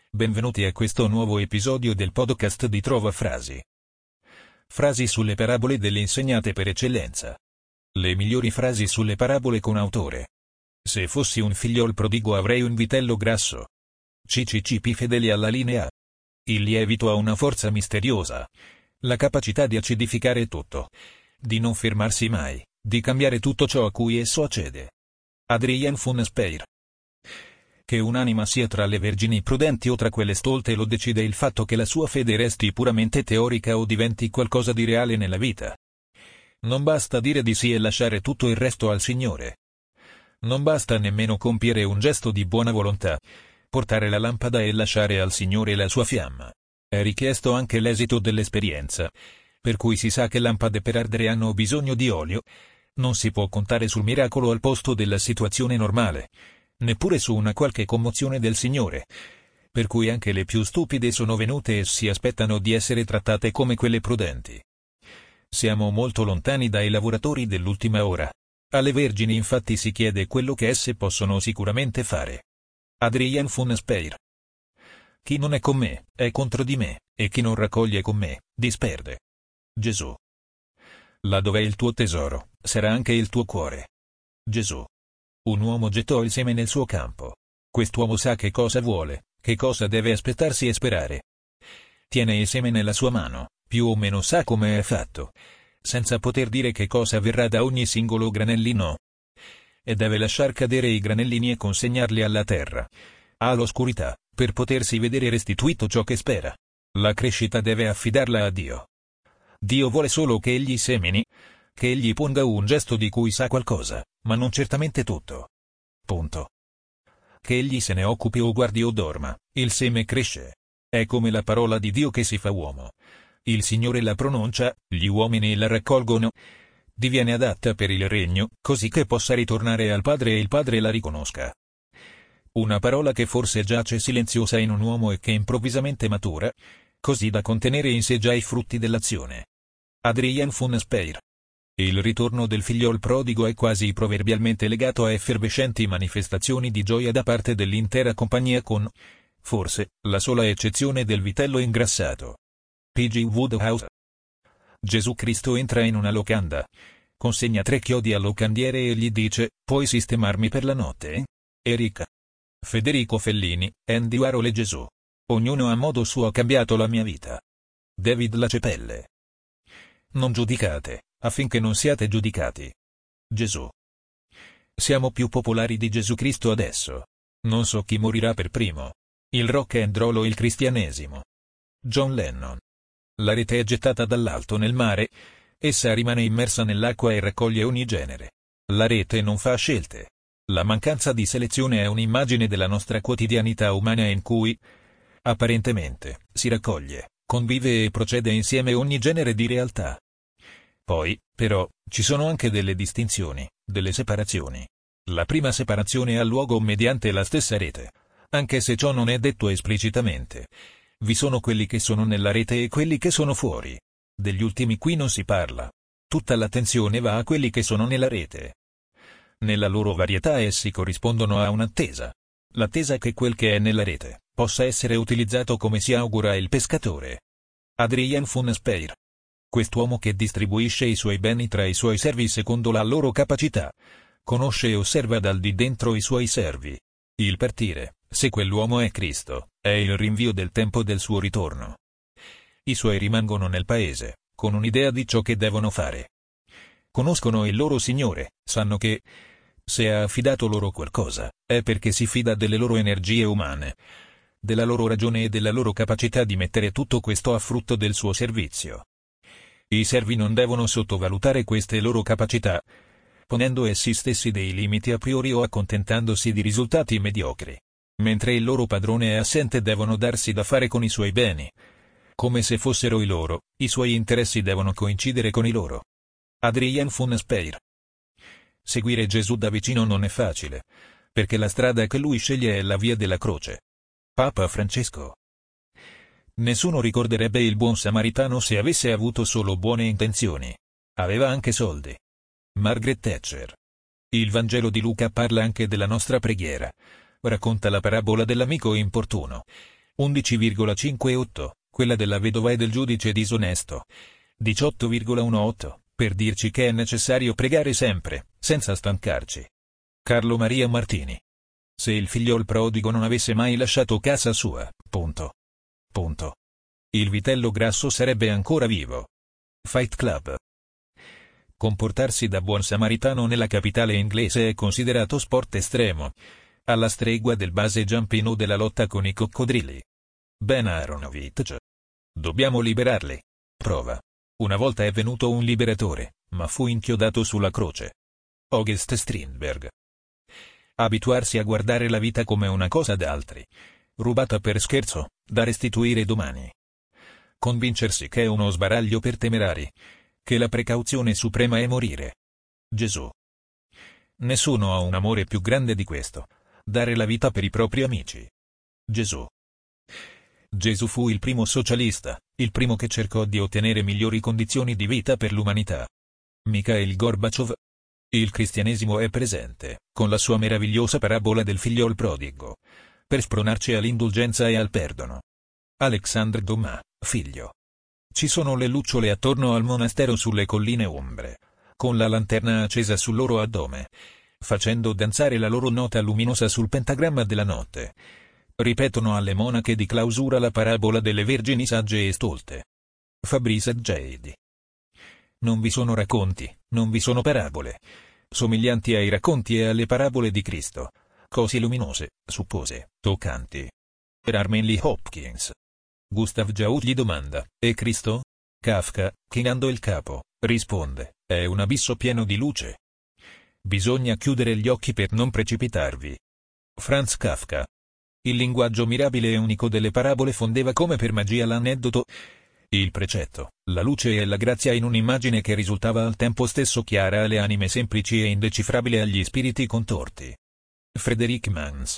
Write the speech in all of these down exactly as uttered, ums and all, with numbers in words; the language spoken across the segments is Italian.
Benvenuti a questo nuovo episodio del podcast di Trova Frasi. Frasi sulle parabole delle insegnate per eccellenza. Le migliori frasi sulle parabole con autore. Se fossi un figliol prodigo avrei un vitello grasso. C C C P fedeli alla linea. Il lievito ha una forza misteriosa. La capacità di acidificare tutto. Di non fermarsi mai, di cambiare tutto ciò a cui esso accede. Adrien von Speyer. Che un'anima sia tra le vergini prudenti o tra quelle stolte lo decide il fatto che la sua fede resti puramente teorica o diventi qualcosa di reale nella vita. Non basta dire di sì e lasciare tutto il resto al Signore. Non basta nemmeno compiere un gesto di buona volontà, portare la lampada e lasciare al Signore la sua fiamma. È richiesto anche l'esito dell'esperienza, per cui si sa che lampade per ardere hanno bisogno di olio. Non si può contare sul miracolo al posto della situazione normale, neppure su una qualche commozione del Signore, per cui anche le più stupide sono venute e si aspettano di essere trattate come quelle prudenti. Siamo molto lontani dai lavoratori dell'ultima ora. Alle vergini infatti si chiede quello che esse possono sicuramente fare. Adrien von Speyer. Chi non è con me, è contro di me, e chi non raccoglie con me, disperde. Gesù. Là dov'è il tuo tesoro, sarà anche il tuo cuore. Gesù. Un uomo gettò il seme nel suo campo. Quest'uomo sa che cosa vuole, che cosa deve aspettarsi e sperare. Tiene il seme nella sua mano, più o meno sa come è fatto, senza poter dire che cosa verrà da ogni singolo granellino. E deve lasciar cadere i granellini e consegnarli alla terra, all'oscurità, per potersi vedere restituito ciò che spera. La crescita deve affidarla a Dio. Dio vuole solo che egli semini, che egli ponga un gesto di cui sa qualcosa, ma non certamente tutto. Punto. Che egli se ne occupi o guardi o dorma, il seme cresce. È come la parola di Dio che si fa uomo. Il Signore la pronuncia, gli uomini la raccolgono. Diviene adatta per il regno, così che possa ritornare al Padre e il Padre la riconosca. Una parola che forse giace silenziosa in un uomo e che improvvisamente matura, così da contenere in sé già i frutti dell'azione. Adrien von Speyer. Il ritorno del figliol prodigo è quasi proverbialmente legato a effervescenti manifestazioni di gioia da parte dell'intera compagnia con, forse, la sola eccezione del vitello ingrassato. P G Wodehouse. Gesù Cristo entra in una locanda, consegna tre chiodi al locandiere e gli dice, puoi sistemarmi per la notte? Eric. Federico Fellini, Andy Warhol e Gesù. Ognuno a modo suo ha cambiato la mia vita. David LaChapelle. Non giudicate, affinché non siate giudicati. Gesù. Siamo più popolari di Gesù Cristo adesso. Non so chi morirà per primo. Il rock and roll o il cristianesimo. John Lennon. La rete è gettata dall'alto nel mare, essa rimane immersa nell'acqua e raccoglie ogni genere. La rete non fa scelte. La mancanza di selezione è un'immagine della nostra quotidianità umana in cui, apparentemente, si raccoglie, convive e procede insieme ogni genere di realtà. Poi, però, ci sono anche delle distinzioni, delle separazioni. La prima separazione ha luogo mediante la stessa rete, anche se ciò non è detto esplicitamente. Vi sono quelli che sono nella rete e quelli che sono fuori. Degli ultimi qui non si parla. Tutta l'attenzione va a quelli che sono nella rete. Nella loro varietà essi corrispondono a un'attesa. L'attesa che quel che è nella rete possa essere utilizzato come si augura il pescatore. Adrien von Speyer. Quest'uomo che distribuisce i suoi beni tra i suoi servi secondo la loro capacità, conosce e osserva dal di dentro i suoi servi. Il partire, se quell'uomo è Cristo, è il rinvio del tempo del suo ritorno. I suoi rimangono nel paese, con un'idea di ciò che devono fare. Conoscono il loro Signore, sanno che, se ha affidato loro qualcosa, è perché si fida delle loro energie umane, della loro ragione e della loro capacità di mettere tutto questo a frutto del suo servizio. I servi non devono sottovalutare queste loro capacità, ponendo essi stessi dei limiti a priori o accontentandosi di risultati mediocri. Mentre il loro padrone è assente devono darsi da fare con i suoi beni. Come se fossero i loro, i suoi interessi devono coincidere con i loro. Adrien von Speyer. Seguire Gesù da vicino non è facile, perché la strada che lui sceglie è la via della croce. Papa Francesco. Nessuno ricorderebbe il buon samaritano se avesse avuto solo buone intenzioni. Aveva anche soldi. Margaret Thatcher. Il Vangelo di Luca parla anche della nostra preghiera. Racconta la parabola dell'amico importuno. undici virgola cinquantotto, quella della vedova e del giudice disonesto. diciotto virgola diciotto, per dirci che è necessario pregare sempre, senza stancarci. Carlo Maria Martini. Se il figliol prodigo non avesse mai lasciato casa sua, punto. Punto. Il vitello grasso sarebbe ancora vivo. Fight Club. Comportarsi da buon samaritano nella capitale inglese è considerato sport estremo, alla stregua del base jumping o della lotta con i coccodrilli. Ben Aronovitch. Dobbiamo liberarli. Prova. Una volta è venuto un liberatore, ma fu inchiodato sulla croce. August Strindberg. Abituarsi a guardare la vita come una cosa d'altri, rubata per scherzo, da restituire domani. Convincersi che è uno sbaraglio per temerari, che la precauzione suprema è morire. Gesù. Nessuno ha un amore più grande di questo, dare la vita per i propri amici. Gesù. Gesù fu il primo socialista, il primo che cercò di ottenere migliori condizioni di vita per l'umanità. Mikhail Gorbaciov. Il cristianesimo è presente, con la sua meravigliosa parabola del figliol prodigo, per spronarci all'indulgenza e al perdono. Alexandre Dumas, figlio. Ci sono le lucciole attorno al monastero sulle colline ombre, con la lanterna accesa sul loro addome, facendo danzare la loro nota luminosa sul pentagramma della notte. Ripetono alle monache di clausura la parabola delle vergini sagge e stolte. Fabrice Adjei. Non vi sono racconti, non vi sono parabole, somiglianti ai racconti e alle parabole di Cristo, così luminose, suppose, toccanti. Per Armin Lee Hopkins. Gustav Jaud gli domanda, e Cristo? Kafka, chinando il capo, risponde, è un abisso pieno di luce. Bisogna chiudere gli occhi per non precipitarvi. Franz Kafka. Il linguaggio mirabile e unico delle parabole fondeva come per magia l'aneddoto, il precetto, la luce e la grazia in un'immagine che risultava al tempo stesso chiara alle anime semplici e indecifrabile agli spiriti contorti. Frederick Mans.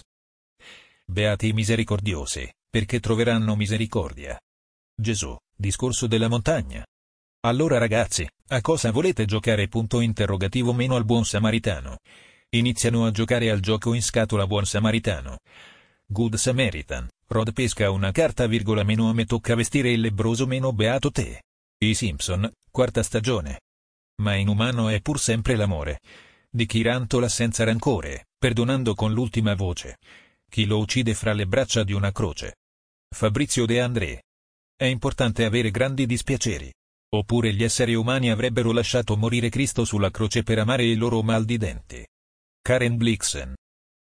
Beati i misericordiosi, perché troveranno misericordia. Gesù, discorso della montagna. Allora ragazzi, a cosa volete giocare? Punto interrogativo meno al buon samaritano. Iniziano a giocare al gioco in scatola buon samaritano. Good Samaritan, Rod pesca una carta virgola meno a me tocca vestire il lebbroso meno beato te. I Simpson, quarta stagione. Ma inumano è pur sempre l'amore. Di chi rantola senza rancore, perdonando con l'ultima voce. Chi lo uccide fra le braccia di una croce. Fabrizio De André. È importante avere grandi dispiaceri. Oppure gli esseri umani avrebbero lasciato morire Cristo sulla croce per amare il loro mal di denti. Karen Blixen.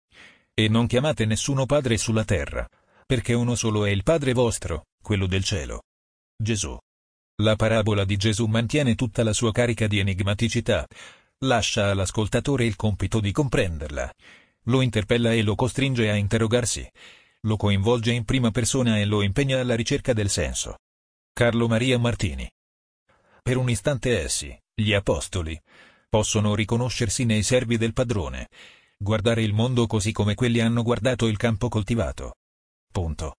E non chiamate nessuno padre sulla terra, perché uno solo è il Padre vostro, quello del cielo. Gesù. La parabola di Gesù mantiene tutta la sua carica di enigmaticità, lascia all'ascoltatore il compito di comprenderla, lo interpella e lo costringe a interrogarsi, lo coinvolge in prima persona e lo impegna alla ricerca del senso. Carlo Maria Martini. Per un istante essi, gli apostoli, possono riconoscersi nei servi del padrone, guardare il mondo così come quelli hanno guardato il campo coltivato. Punto.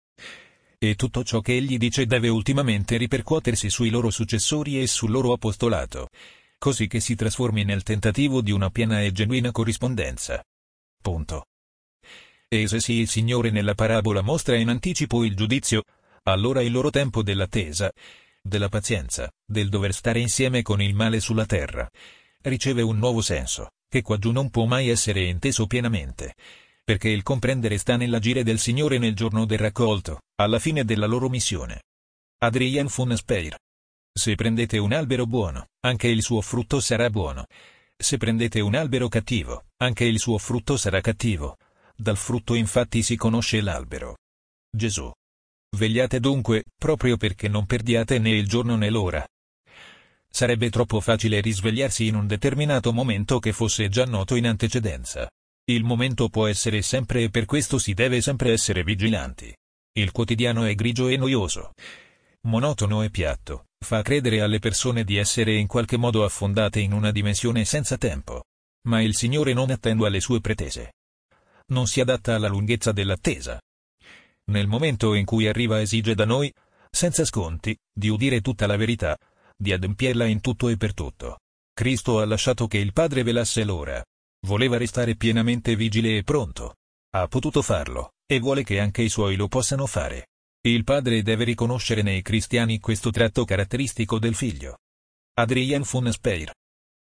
E tutto ciò che egli dice deve ultimamente ripercuotersi sui loro successori e sul loro apostolato, così che si trasformi nel tentativo di una piena e genuina corrispondenza. Punto. E se sì il Signore nella parabola mostra in anticipo il giudizio, allora il loro tempo dell'attesa, della pazienza, del dover stare insieme con il male sulla terra, riceve un nuovo senso, che quaggiù non può mai essere inteso pienamente, perché il comprendere sta nell'agire del Signore nel giorno del raccolto, alla fine della loro missione. Adrien von Speyer. Se prendete un albero buono, anche il suo frutto sarà buono. Se prendete un albero cattivo, anche il suo frutto sarà cattivo. Dal frutto infatti si conosce l'albero. Gesù. Vegliate dunque, proprio perché non perdiate né il giorno né l'ora. Sarebbe troppo facile risvegliarsi in un determinato momento che fosse già noto in antecedenza. Il momento può essere sempre e per questo si deve sempre essere vigilanti. Il quotidiano è grigio e noioso, monotono e piatto, fa credere alle persone di essere in qualche modo affondate in una dimensione senza tempo. Ma il Signore non attende alle sue pretese. Non si adatta alla lunghezza dell'attesa. Nel momento in cui arriva esige da noi, senza sconti, di udire tutta la verità, di adempierla in tutto e per tutto. Cristo ha lasciato che il Padre velasse l'ora. Voleva restare pienamente vigile e pronto. Ha potuto farlo, e vuole che anche i suoi lo possano fare. Il padre deve riconoscere nei cristiani questo tratto caratteristico del figlio. Adrien von Speyer.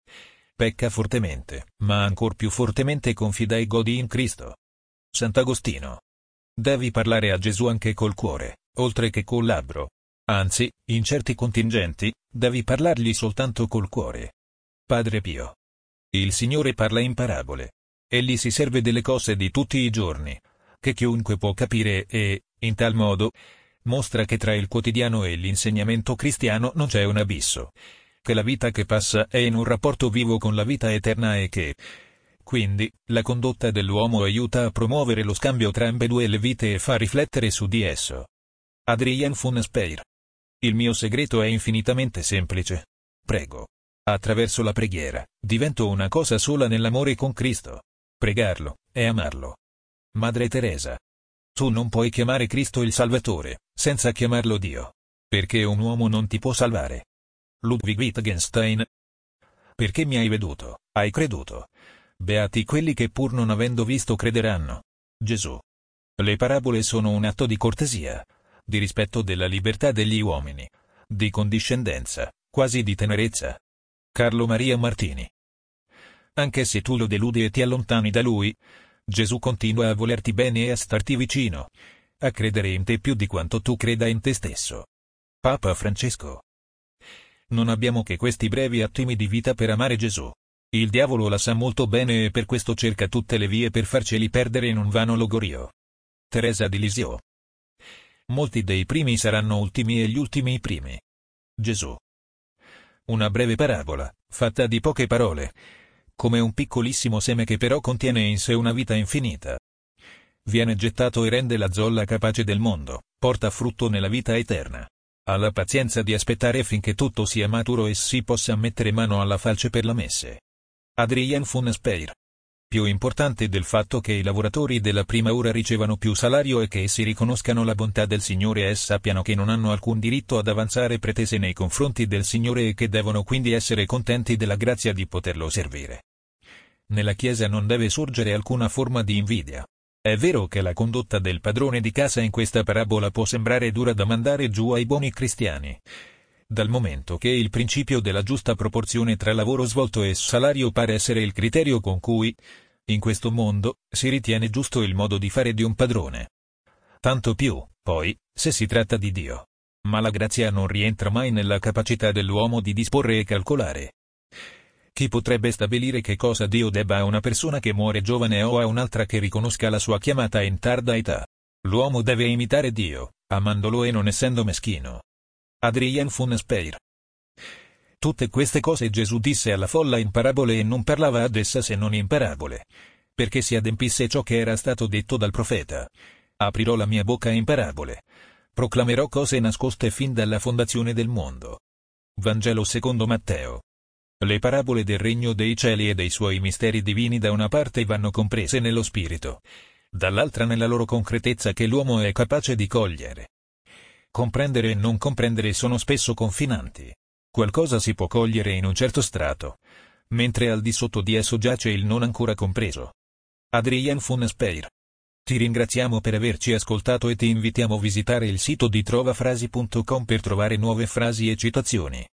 Pecca fortemente, ma ancor più fortemente confida e godi in Cristo. Sant'Agostino. Devi parlare a Gesù anche col cuore, oltre che col labbro. Anzi, in certi contingenti, devi parlargli soltanto col cuore. Padre Pio. Il Signore parla in parabole. Egli si serve delle cose di tutti i giorni, che chiunque può capire e, in tal modo, mostra che tra il quotidiano e l'insegnamento cristiano non c'è un abisso, che la vita che passa è in un rapporto vivo con la vita eterna e che, quindi, la condotta dell'uomo aiuta a promuovere lo scambio tra ambedue le vite e fa riflettere su di esso. Adrien von Speyer. Il mio segreto è infinitamente semplice. Prego. Attraverso la preghiera, divento una cosa sola nell'amore con Cristo. Pregarlo, è amarlo. Madre Teresa. Tu non puoi chiamare Cristo il Salvatore, senza chiamarlo Dio. Perché un uomo non ti può salvare. Ludwig Wittgenstein. Perché mi hai veduto, hai creduto. Beati quelli che pur non avendo visto crederanno. Gesù. Le parabole sono un atto di cortesia, di rispetto della libertà degli uomini, di condiscendenza, quasi di tenerezza. Carlo Maria Martini. Anche se tu lo deludi e ti allontani da lui, Gesù continua a volerti bene e a starti vicino, a credere in te più di quanto tu creda in te stesso. Papa Francesco. Non abbiamo che questi brevi attimi di vita per amare Gesù. Il diavolo la sa molto bene e per questo cerca tutte le vie per farceli perdere in un vano logorio. Teresa di Lisieux. Molti dei primi saranno ultimi e gli ultimi primi. Gesù. Una breve parabola, fatta di poche parole, come un piccolissimo seme che però contiene in sé una vita infinita. Viene gettato e rende la zolla capace del mondo, porta frutto nella vita eterna. Ha la pazienza di aspettare finché tutto sia maturo e si possa mettere mano alla falce per la messe. Adrien von Speyer. Più importante del fatto che i lavoratori della prima ora ricevano più salario e che essi riconoscano la bontà del Signore e sappiano che non hanno alcun diritto ad avanzare pretese nei confronti del Signore e che devono quindi essere contenti della grazia di poterlo servire. Nella Chiesa non deve sorgere alcuna forma di invidia. È vero che la condotta del padrone di casa in questa parabola può sembrare dura da mandare giù ai buoni cristiani, dal momento che il principio della giusta proporzione tra lavoro svolto e salario pare essere il criterio con cui, in questo mondo, si ritiene giusto il modo di fare di un padrone. Tanto più, poi, se si tratta di Dio. Ma la grazia non rientra mai nella capacità dell'uomo di disporre e calcolare. Chi potrebbe stabilire che cosa Dio debba a una persona che muore giovane o a un'altra che riconosca la sua chiamata in tarda età? L'uomo deve imitare Dio, amandolo e non essendo meschino. Adrien von Speyer. Tutte queste cose Gesù disse alla folla in parabole e non parlava ad essa se non in parabole, perché si adempisse ciò che era stato detto dal profeta. Aprirò la mia bocca in parabole. Proclamerò cose nascoste fin dalla fondazione del mondo. Vangelo secondo Matteo. Le parabole del regno dei cieli e dei suoi misteri divini da una parte vanno comprese nello spirito, dall'altra nella loro concretezza che l'uomo è capace di cogliere. Comprendere e non comprendere sono spesso confinanti. Qualcosa si può cogliere in un certo strato, mentre al di sotto di esso giace il non ancora compreso. Adrien von Speyer. Ti ringraziamo per averci ascoltato e ti invitiamo a visitare il sito di trovafrasi punto com per trovare nuove frasi e citazioni.